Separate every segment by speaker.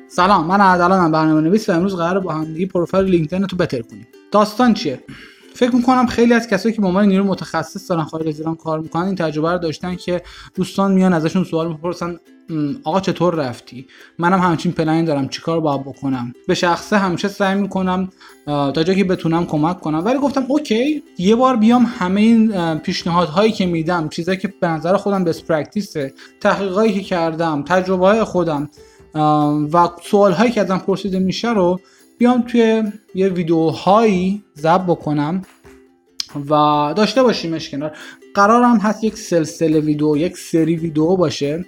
Speaker 1: سلام، من اردلانم، برنامه‌نویس و امروز قراره با هم دیگه پروفایل لینکدین تو بهتر کنیم. داستان چیه؟ فکر می‌کنم خیلی از کسایی که به عنوان نیرو متخصص دارن خارج از ایران کار می‌کنن این تجربه رو داشتن که دوستان میان ازشون سوال می‌پرسن آقا چطور رفتی؟ منم همچین پلنی دارم، چیکار باید بکنم؟ به شخصه همیشه سعی می‌کنم تا جایی که بتونم کمک کنم، ولی گفتم اوکی یه بار بیام همه این پیشنهادهایی که میدم، چیزایی که به نظر خودم بست پرکتیسه، تحقیقاتی که کردم، تجربه‌های خودم و سوال‌هایی که ازم پرسیده میشه رو بیام توی یه ویدیوهایی ضبط بکنم و داشته باشیمش کنار. قرارم هست یک سلسله ویدیو، یک سری ویدیو باشه.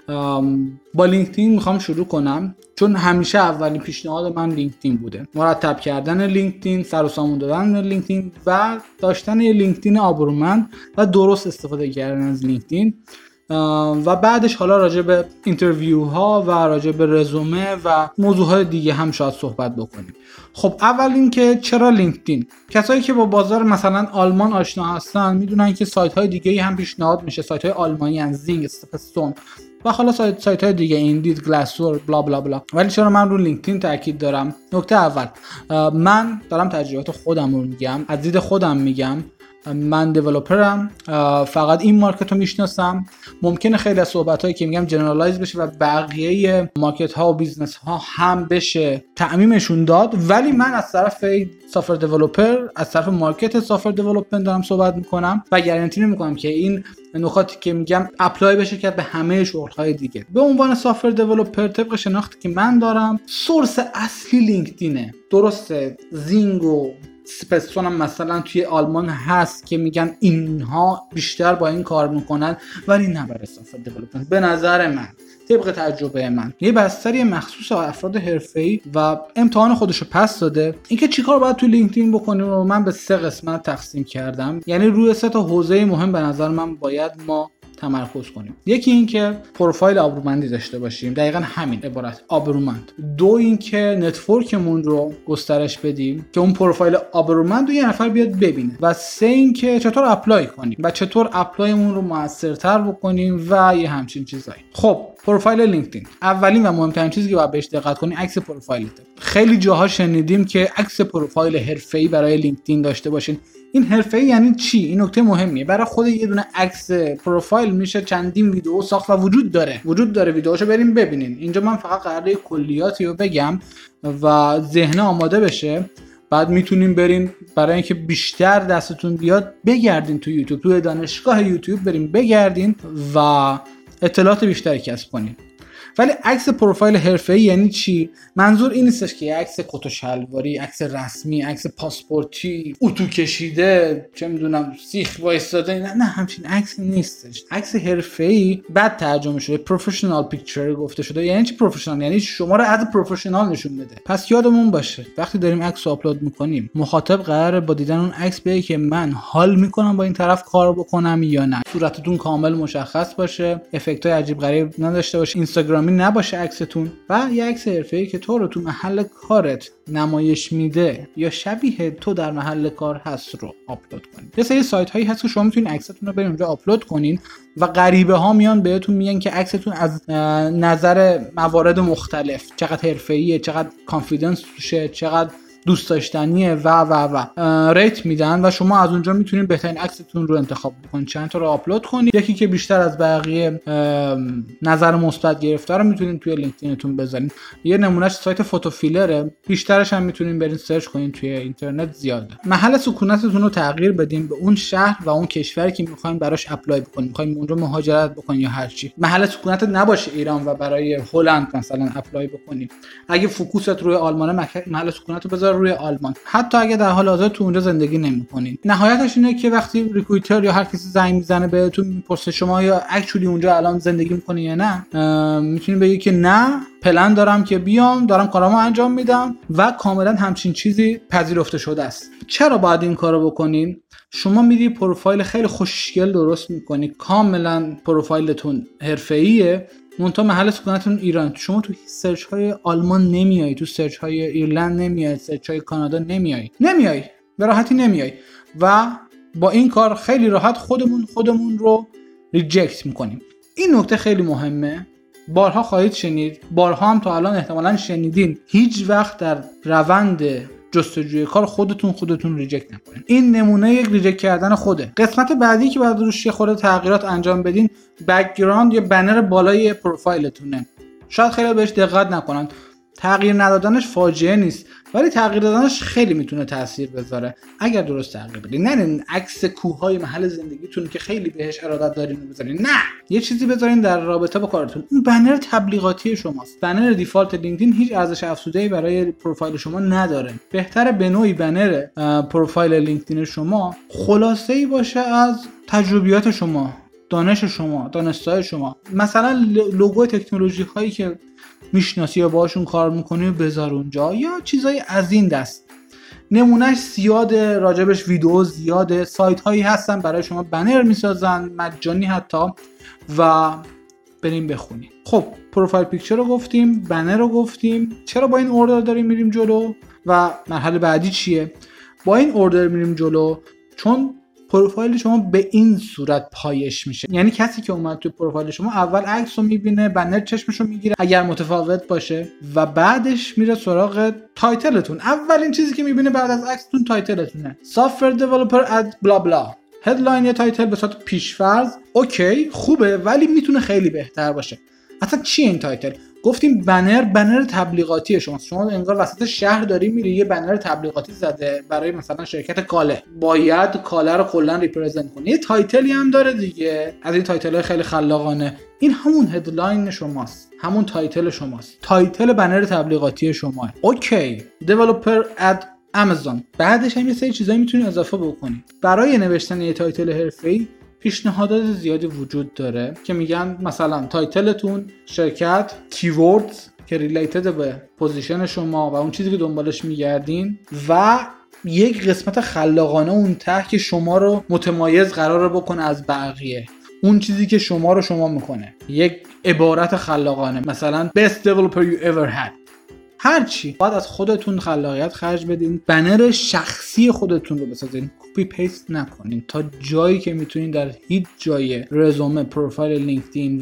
Speaker 1: با لینکدین میخوام شروع کنم چون همیشه اولین پیشنهاد من لینکدین بوده. مرتب کردن لینکدین، سر و سامون دادن لینکدین و داشتن یه لینکدین آبرومند و درست استفاده کردن از لینکدین و بعدش حالا راجع به اینترویو ها و راجع به رزومه و موضوعات دیگه هم شاید صحبت بکنیم. خب اول این که چرا لینکدین؟ کسایی که با بازار مثلا آلمان آشنا هستن میدونن که سایت های دیگه هم پیشنهاد میشه، سایت های آلمانی ان زینگ، استپستون و حالا سایت های دیگه، ایندید، گلاسدور، بلا بلا بلا. ولی چرا من رو لینکدین تاکید دارم؟ نکته اول، من دارم تجربیات خودم رو میگم، از دید خودم میگم. من دیولپرم، فقط این مارکت رو میشناسم. ممکنه خیلی از صحبتایی که میگم جنرالایز بشه و بقیه مارکت ها و بیزنس ها هم بشه تعمیمشون داد، ولی من از طرف سافر دیولپر، از طرف مارکت سافر دیولپمنت دارم صحبت میکنم و گارانتی نمیکنم که این نکاتی که میگم اپلای بشه کرد به همه شغل‌های دیگه. به عنوان سافر دیولپر طبق شناختی که من دارم سورس اصلی لینکدینه. درسته زینگ و سپستون هم مثلا توی آلمان هست که میگن اینها بیشتر با این کار میکنن، ولی نه برای سافر دیولپمنت. به نظر من، طبق تجربه من، یه بستری مخصوص افراد حرفه‌ای و امتحان خودشو پس داده. اینکه چیکار باید توی لینکدین بکنیم رو من به 3 قسمت تقسیم کردم، یعنی روی 3 تا حوزه مهم به نظر من باید ما تمرکز کنیم. یکی این که پروفایل آبرومندی داشته باشیم، دقیقاً همین عبارت، آبرومند. 2 این که نتورکمون رو گسترش بدیم که اون پروفایل آبرومند رو یه نفر بیاد ببینه. و 3 این که چطور اپلای کنیم و چطور اپلایمون رو موثرتر بکنیم و یه همچین چیزایی. خب پروفایل لینکدین، اولین و مهمترین چیزی که باید بهش دقت کنی عکس پروفایلته. خیلی جاها شنیدیم که عکس پروفایل حرفه‌ای برای لینکدین داشته باشین. این حرفه‌ای یعنی چی؟ این نکته مهمیه. برای خود یه دونه عکس پروفایل میشه چندین ویدیو ساخت و وجود داره ویدیوهاشو بریم ببینین. اینجا من فقط قراره کلیاتی رو بگم و ذهن آماده بشه. بعد میتونین برین برای اینکه بیشتر دستتون بیاد بگردین تو یوتیوب، تو دانشگاه یوتیوب بریم بگردین و اطلاعات بیشتری کسب کنین. ولی عکس پروفایل حرفه‌ای یعنی چی؟ منظور این نیستش که عکس کت و شلواری، عکس رسمی، عکس پاسپورتی، اتو کشیده، چه میدونم سیخ وایستاده، نه همچین عکسی نیستش. عکس حرفه‌ای بعد ترجمه شده پروفشنال پیکچر گفته شده. یعنی چی پروفشنال؟ یعنی شما رو از پروفشنال نشون بده. پس یادمون باشه وقتی داریم عکس رو آپلود میکنیم مخاطب قراره با دیدن اون عکس بگه که من حال میکنم با این طرف کار بکنم یا نه. صورتتون کامل مشخص باشه، افکتای عجیب غریب نداشته باشه، اینستاگرامی نباشه عکستون و یه عکس حرفه‌ای که تو رو تو محل کارت نمایش میده یا شبیه تو در محل کار هست رو آپلود کنید. یه سری سایت هایی هست که شما میتونید عکستون رو برید اونجا آپلود کنین و غریبه ها میان بهتون میگن که عکستون از نظر موارد مختلف چقدر حرفه‌ایه، چقدر کانفیدنس توشه، چقدر دوست داشتنیه و ریت میدن و شما از اونجا میتونید بهترین عکستون رو انتخاب بکنید، چند تا رو آپلود کنید. یکی که بیشتر از بقیه نظر مثبت گرفته رو میتونید توی لینکدینتون بذارین. یه نمونهش سایت فوتوفیلره، بیشترش هم میتونید برین سرچ کنین توی اینترنت زیاده. محل سکونتتون رو تغییر بدین به اون شهر و اون کشوری که میخواین براش اپلای بکنین، میخواین اونجا مهاجرت بکنین یا هر چی. محل سکونتت نباشه ایران و برای هلند مثلا اپلای بکنین. اگه فوکوست روی آلمانه، محل سکونت رو بذار روی آلمان، حتی اگه در حال حاضر تو اونجا زندگی نمی‌کنین. نهایتش اینه که وقتی ریکروتر یا هر کسی زنگ میزنه بهتون میپرسه شما یا اکچولی اونجا الان زندگی می‌کنی یا نه، میتونید بگی که نه، پلن دارم که بیام، دارم کارامو انجام میدم و کاملا همچین چیزی پذیرفته شده است. چرا باید این کارو بکنین؟ شما میری پروفایل خیلی خوشگل درست می‌کنی، کاملا پروفایلتون حرفه‌ایه، منتها محل سکونتتون ایران. شما تو سرچ های آلمان نمیای، تو سرچ های ایرلند نمیای، سرچ های کانادا نمیای، به راحتی نمیای و با این کار خیلی راحت خودمون رو ریجکت میکنیم. این نکته خیلی مهمه بارها خواهید شنید، بارها هم تا الان احتمالاً شنیدین، هیچ وقت در روند جستجوی کار خودتون ریجکت نکنین. این نمونه یک ریجکت کردن خوده. قسمت بعدی که بعد روش خود تغییرات انجام بدین، بک‌گراند یا بنر بالای پروفایلتونه. شاید خیلی بهش دقت نکنن. تغییر ندادنش فاجعه نیست، ولی تغییر دادنش خیلی میتونه تاثیر بذاره اگر درست تغییر بدین. نه عکس کوههای محل زندگیتون که خیلی بهش ارادت دارین رو بذارین، نه، یه چیزی بذارین در رابطه با کارتون. اون بنر تبلیغاتی شماست. بنر دیفالت لینکدین هیچ ارزش افزوده‌ای برای پروفایل شما نداره. بهتره به نوعی بنر پروفایل لینکدین شما خلاصه‌ای باشه از تجربیات شما، دانش شما، دانشگاه شما. مثلا لوگو تکنولوژی هایی که میشناسی یا باهاشون کار میکنی بذار اونجا، یا چیزای از این دست. نمونهش زیاده، راجبش ویدیو زیاده، سایت هایی هستن برای شما بنر میسازن مجانی حتی، و بریم بخونیم. خب پروفایل پیکچر رو گفتیم، بنر رو گفتیم. چرا با این اوردر داریم میریم جلو و مرحله بعدی چیه؟ با این اوردر میریم جلو چون پروفایل شما به این صورت پایش میشه. یعنی کسی که اومد تو پروفایل شما اول عکس رو میبینه، بنر چشمش رو میگیره اگر متفاوت باشه، و بعدش میره سراغ تایتلتون. اولین چیزی که میبینه بعد از عکستون تایتلتونه. سافتور دیولپر ات بلا بلا. هدلاین یا تایتل به صورت پیش‌فرض اوکی خوبه، ولی میتونه خیلی بهتر باشه. اصلا چیه این تایتل؟ گفتیم بنر تبلیغاتی شماست. شما انگار وسط شهر داری میری یه بنر تبلیغاتی زده برای مثلا شرکت کاله، باید کاله رو کلا ریپرزنت کنی. یه تایتلی هم داره دیگه، از این تایتل‌های خیلی خلاقانه. این همون هدلاین شماست، همون تایتل شماست، تایتل بنر تبلیغاتی شماه. اوکی. دیولپر ات آمازون. بعدش هم یه سری چیزایی میتونی اضافه بکنی. برای نوشتن یه تایتل حرفه‌ای پیشنهادات زیادی وجود داره که میگن مثلا تایتلتون، شرکت، کیوردز که ریلیتد به پوزیشن شما و اون چیزی که دنبالش میگردین، و یک قسمت خلاقانه اون ته که شما رو متمایز قرار بکنه از بقیه، اون چیزی که شما رو شما میکنه. یک عبارت خلاقانه، مثلا best developer you ever had. هرچی باید از خودتون خلاقیت خرج بدین، بنر شخصی خودتون رو بسازین، کپی پیست نکنین. تا جایی که میتونین در هیچ جای رزومه، پروفایل لینکدین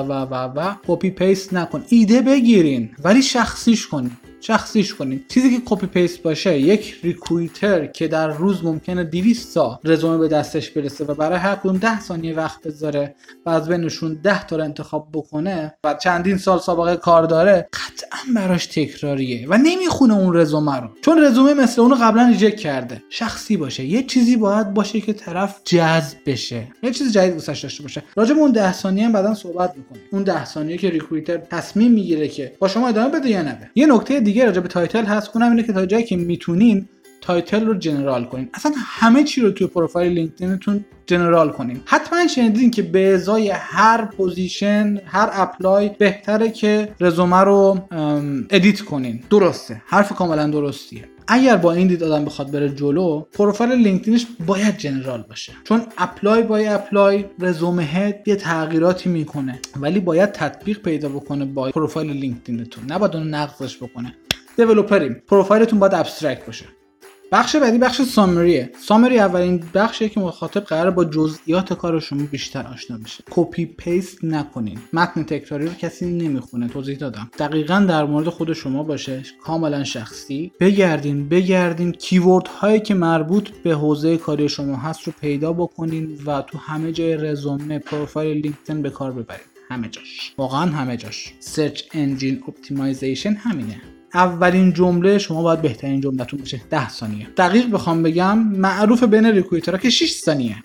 Speaker 1: و کپی پیست نکن. ایده بگیرین ولی شخصیش کنین. چیزی که کپی پیست باشه، یک ریکرویتر که در روز ممکنه 200 تا رزومه به دستش برسه و برای هر کدوم 10 ثانیه وقت بذاره و از بینشون 10 تا رو انتخاب بکنه و چندین سال سابقه کار داره، قطعا براش تکراریه و نمیخونه اون رزومه رو، چون رزومه مثل اونو قبلا ریجکت کرده. شخصی باشه. یه چیزی باید باشه که طرف جذب بشه، یه چیز جدید واسش داشته باشه. راجع به اون 10 ثانیه هم بعداً صحبت می‌کنیم. اون 10 ثانیه که ریکرویتر تصمیم میگیره که با شما ادامه بده یا نده. یه نکته دیگه راجع به تایتل هست، اونم اینه که تا جایی که میتونین تایتل رو جنرال کنین. اصلا همه چی رو توی پروفایل لینکدینتون جنرال کنین. حتما شنیدین که به ازای هر پوزیشن، هر اپلای بهتره که رزومه رو ادیت کنین. درسته، حرف کاملا درستیه. اگر با این دید آدم بخواد بره جلو، پروفایل لینکدینش باید جنرال باشه، چون اپلای بای اپلای رزومه یه تغییراتی میکنه، ولی باید تطبیق پیدا بکنه با پروفایل لینکدینتون، نباید اون نقضش بکنه. دیولپریم، پروفایلتون باید ابسترکت باشه. بخش بعدی بخش سامریه. سامری اولین بخشیه که مخاطب قراره با جزئیات کار شما بیشتر آشنا بشه. کپی پیست نکنین. متن تکراری رو کسی نمیخونه، توضیح دادم. دقیقاً در مورد خود شما باشه، کاملا شخصی. بگردین کیورد هایی که مربوط به حوزه کاری شما هست رو پیدا بکنین و تو همه جای رزومه، پروفایل لینکدین به کار ببرین. همه جاش. واقعاً همه جاش. سرچ انجین اپتیمایزیشن همینه. اولین جمله شما باید بهترین جملتون باشه. 10 ثانیه. دقیق بخوام بگم معروف بین ریکرویترها که 6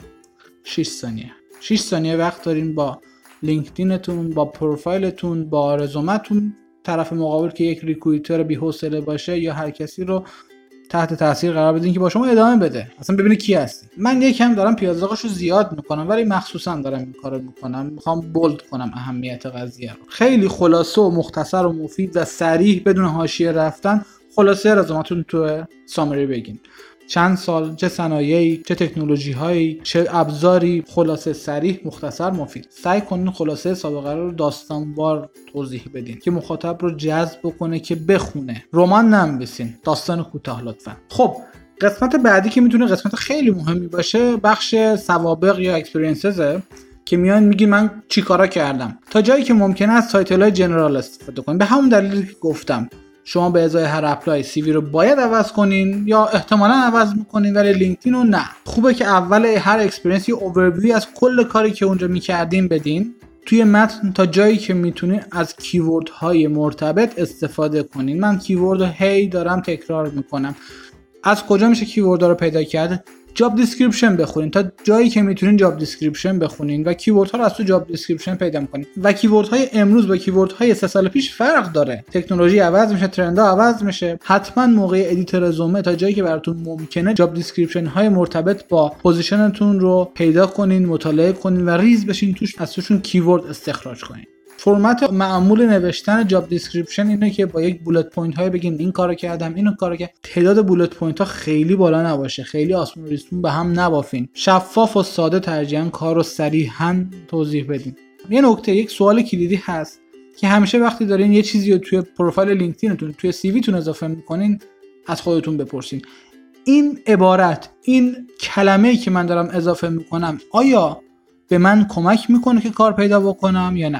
Speaker 1: ثانیه وقت دارین با لینکدینتون، با پروفایلتون، با رزومتون طرف مقابل که یک ریکرویتر بی‌حوصله باشه یا هر کسی رو تحت تاثیر قرار بدین که با شما ادامه بده، اصلا ببینه کی هستی. من یکم دارم پیازداغشو زیاد میکنم، ولی مخصوصا دارم این کارو میکنم، میخوام بولد کنم اهمیت قضیه رو. خیلی خلاصه و مختصر و مفید و صریح بدون حاشیه رفتن خلاصه رزومتون تو سامری بگین. چند سال، چه صنایعی، چه تکنولوژی‌هایی، چه ابزاری. خلاصه، صریح، مختصر، مفید. سعی کنین خلاصه سابقه رو داستانوار توضیح بدین که مخاطب رو جذب بکنه که بخونه. رمان ننویسین، داستان کوتاه لطفاً. خب قسمت بعدی که میتونه قسمت خیلی مهمی باشه، بخش سوابق یا اکسپریانسز که میان میگین من چیکارا کردم، تا جایی که ممکنه از تایتل‌های جنرال استفاده کنین. به همون دلیلی که گفتم شما به ازای هر اپلای سی وی رو باید عوض کنین یا احتمالاً عوض میکنین، ولی لینکدین رو نه. خوبه که اول هر اکسپریانس یه اوورویو از کل کاری که اونجا میکردین بدین. توی متن تا جایی که میتونین از کیوردهای مرتبط استفاده کنین. من کیورد رو هی دارم تکرار میکنم. از کجا میشه کیوردها رو پیدا کرد؟ جاب دیسکریپشن بخونین، تا جایی که میتونین جاب دیسکریپشن بخونین و کیوردها رو از تو جاب دیسکریپشن پیدا میکنین. و کیوردهای امروز با کیوردهای 3 سال پیش فرق داره. تکنولوژی عوض میشه، ترندها عوض میشه. حتما موقع ادیت رزومه تا جایی که براتون ممکنه جاب دیسکریپشن های مرتبط با پوزیشنتون رو پیدا کنین، مطالعه کنین و ریز بشین توش، از توشون کیورد استخراج کنین. فرمت معمول نوشتن جاب دیسکریپشن اینه که با یک بولت پوینت های بگین این کارو کردم، اینو کارو کردم. تعداد بولت پوینت ها خیلی بالا نباشه، خیلی آسمون ریسمون به هم نبافین. شفاف و ساده ترجیحاً کار رو صریحاً توضیح بدین. یه نکته، یک سوال کلیدی هست که همیشه وقتی دارین یه چیزی رو توی پروفایل لینکدینتون، توی سی وی تون اضافه میکنین، از خودتون بپرسین این عبارت، این کلمه‌ای که من دارم اضافه میکنم آیا به من کمک میکنه که کار پیدا بکنم یا نه؟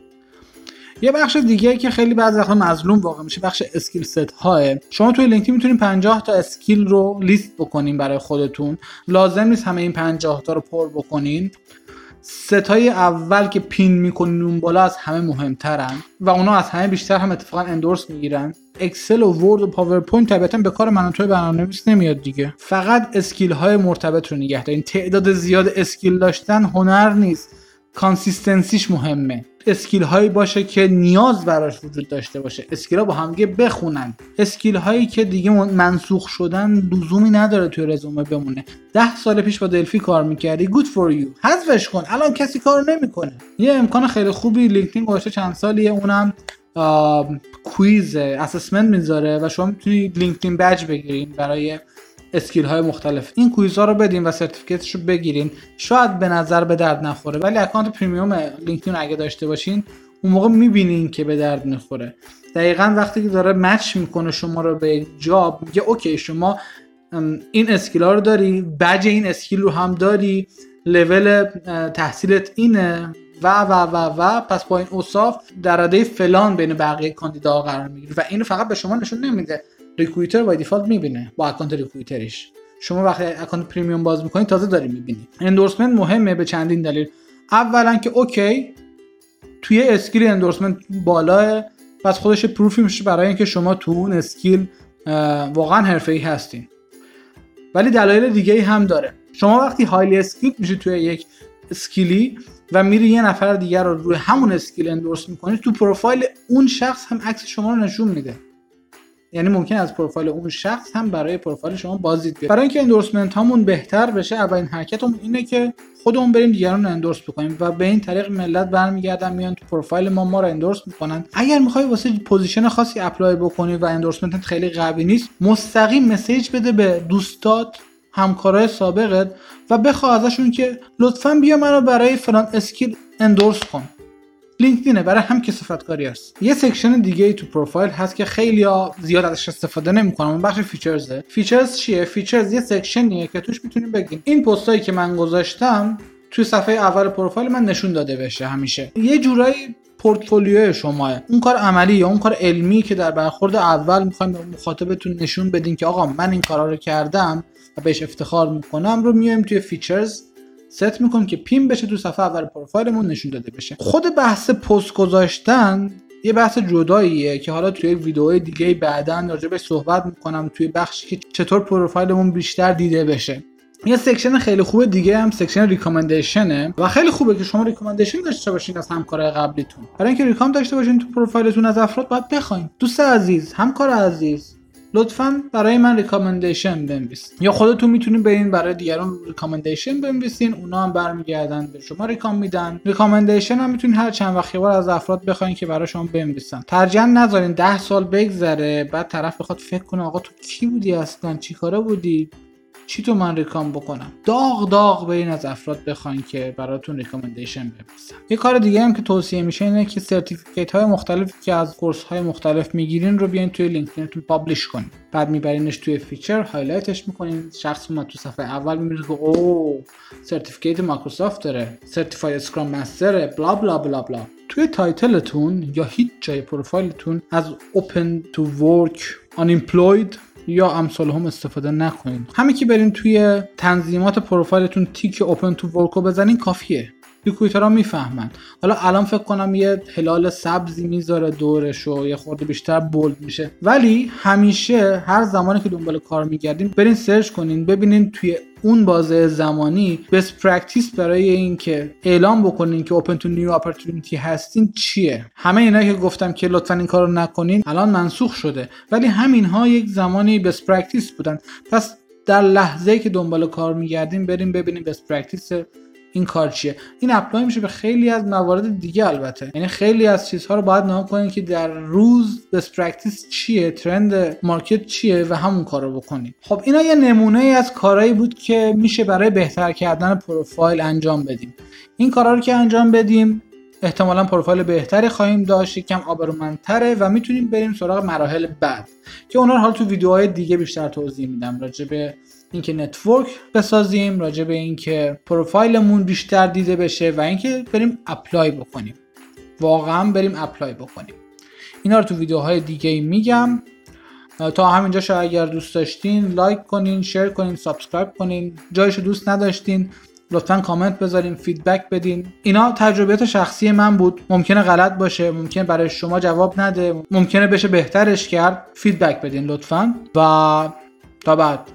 Speaker 1: یه بخش دیگه که خیلی بعضی وقتا مظلوم واقع میشه بخش اسکیل ست های. شما توی لینکدین میتونین 50 تا اسکیل رو لیست بکنین برای خودتون. لازم نیست همه این 50 تا رو پر بکنین. ستای اول که پین میکنین اون بالا از همه مهمترن و اونا از همه بیشتر هم اتفاقا اندورس میگیرن. اکسل و ورد و پاورپوینت طبیعتا به کار من توی برنامه‌نویس نمیاد دیگه. فقط اسکیل های مرتبط رو نگه دارین. تعداد زیاد اسکیل داشتن هنر نیست، کانسیستنسیش مهمه. اسکیل هایی باشه که نیاز براش وجود داشته باشه. اسکیل ها با هم دیگه بخونن. اسکیل هایی که دیگه منسوخ شدن لزومی نداره توی رزومه بمونه. 10 سال پیش با دلفی کار میکردی، good for you، حذفش کن. الان کسی کار نمیکنه. یه امکان خیلی خوبی لینکدین گذاشته چند سالیه، اونم کویز اسسمنت میذاره و شما میتونید لینکدین بج بگیرین برای اسکیل های مختلف. این کویزها رو بدین و سرتیفیکتش رو بگیرین. شاید به نظر به درد نخوره، ولی اکانت پریمیوم لینکدین اگه داشته باشین اون موقع میبینین که به درد میخوره. دقیقاً وقتی که داره مچ میکنه شما رو به جاب، میگه اوکی شما این اسکیل ها رو داری، بج این اسکیل رو هم داری، لول تحصیلت اینه و پس با این اوصاف در رده فلان بین بقیه کاندیداها قرار میگیری و اینو فقط به شما نشون نمیده، ریکرویتر با دیفالت میبینه با اکانت ریکرویترش. شما وقتی اکانت پریمیوم باز میکنید تازه داری میبینی. اندورسمنت مهمه به چندین دلیل. اولا که اوکی توی اسکیل اندورسمنت بالاه، پس خودش پروفی میشه برای اینکه شما تو اون اسکیل واقعا حرفه‌ای هستین. ولی دلایل دیگه‌ای هم داره. شما وقتی هایلی اسکیل میشید توی یک اسکیلی و میری یه نفر دیگر رو روی همون اسکیل اندورس میکنید، تو پروفایل اون شخص هم عکس شما رو نشون میده. یعنی ممکن از پروفایل اون شخص هم برای پروفایل شما بازدید بیاد. برای اینکه اندورسمنت هامون بهتر بشه، اولین حرکتمون اینه که خودمون بریم دیگران رو اندورس بکنیم و به این طریق ملت برمیگردن میان تو پروفایل ما رو اندورس میکنن. اگر میخوای واسه پوزیشن خاصی اپلای بکنی و اندورسمنتت خیلی قوی نیست، مستقیم مسیج بده به دوستات، همکارای سابقت و بخواه ازشون که لطفاً بیا منو برای فلان اسکیل اندورس کن. لینکدینه برای هم کثافتکاری است. یه سکشن دیگه ای تو پروفایل هست که خیلی‌ها زیاد ازش استفاده نمی‌کنن، اون بخش فیچرزه. فیچرز چیه؟ فیچرز یه سکشنیه که توش میتونیم بگیم این پستایی که من گذاشتم توی صفحه اول پروفایل من نشون داده بشه. همیشه یه جورایی پورتفولیو شماه. اون کار عملی یا اون کار علمی که در برخورد اول می‌خوایم به مخاطبتون نشون بدین که آقا من این کارا رو کردم و بهش افتخار می‌کنم، رو میایم توی فیچرز ست میکنم که پین بشه تو صفحه اول پروفایلمون نشون داده بشه. خود بحث پست گذاشتن یه بحث جداییه که حالا توی ویدیوهای دیگه بعداً راجع بهش صحبت میکنم توی بخشی که چطور پروفایلمون بیشتر دیده بشه. یه سکشن خیلی خوبه دیگه هم سکشن ریکامندیشنه و خیلی خوبه که شما ریکامندیشن داشته باشین از همکارای قبلیتون. برای اینکه ریکام داشته باشین تو پروفایلتون از افراد باید بخواین. دوست عزیز، همکار عزیز، لطفاً برای من ریکامندیشن بنویسید. یا خودتون میتونین برین برای دیگران ریکامندیشن بنویسین، اونا هم برمیگردن به شما ریکام میدن. ریکامندیشن هم میتونین هر چند وقت یه بار از افراد بخواین که برای شما بنویسن. ترجیحاً نذارین 10 سال بگذره بعد طرف بخواد فکر کنه آقا تو کی بودی اصلا، چیکاره بودی. چی تو من ریکام بکنم. داغ برین از افراد بخواین که براتون ریکامندیشن بنویسن. یه کار دیگه هم که توصیه میشه اینه که سرتیفیکیت های مختلفی که از کورس های مختلف میگیرین رو بیاین توی لینکدینتون پابلش کنین. بعد میبرینش توی فیچر، هایلایتش میکنین، شخص اومد تو صفحه اول میبینید که اوه سرتیفیکیت مایکروسافت داره، سرتیفاید اسکرام مستر، بلا بلا بلا بلا. توی تایتلتون یا هیچ جای پروفایلتون از open to work, unemployed یا امثال هم استفاده نکنین. همین که برین توی تنظیمات پروفایلتون تیک open to work رو بزنین کافیه. ریکروترها میفهمن. حالا الان فکر کنم یه هلال سبزی میذاره دورش و یه خورده بیشتر بولد میشه، ولی همیشه هر زمانی که دنبال کار میگردین برین سرچ کنین ببینین توی اون بازه زمانی best practice برای این که اعلام بکنین که open to new opportunity هستین چیه. همه اینا که گفتم که لطفا این کارو نکنین الان منسوخ شده، ولی همینها یک زمانی best practice بودن. پس در لحظه‌ای که دنبال کار میگردین برین ببینین best practice این کار چیه. این اپلای میشه به خیلی از موارد دیگه البته، یعنی خیلی از چیزها رو باید نگاه کنین که در روز best practice چیه، ترند مارکت چیه و همون کار رو بکنین. خب اینا یه نمونه ای از کارهایی بود که میشه برای بهتر کردن پروفایل انجام بدیم. این کارا رو که انجام بدیم احتمالاً پروفایل بهتری خواهیم داشت، کم آبرومندتره و میتونیم بریم سراغ مراحل بعد که اونا رو حالا تو ویدیوهای دیگه بیشتر توضیح میدم، راجع به اینکه نتورک بسازیم، راجع به اینکه پروفایلمون بیشتر دیده بشه و اینکه بریم اپلای بکنیم، واقعا بریم اپلای بکنیم. اینا رو تو ویدیوهای دیگه میگم. تا همینجا شاید اگر دوست داشتین لایک کنین، شیر کنین، سابسکرایب کنین. جایشو دوست نداشتین لطفاً کامنت بذارین، فیدبک بدین. اینا تجربیات شخصی من بود، ممکنه غلط باشه، ممکنه برای شما جواب نده، ممکنه بشه بهترش کرد. فیدبک بدین لطفاً و تا بعد.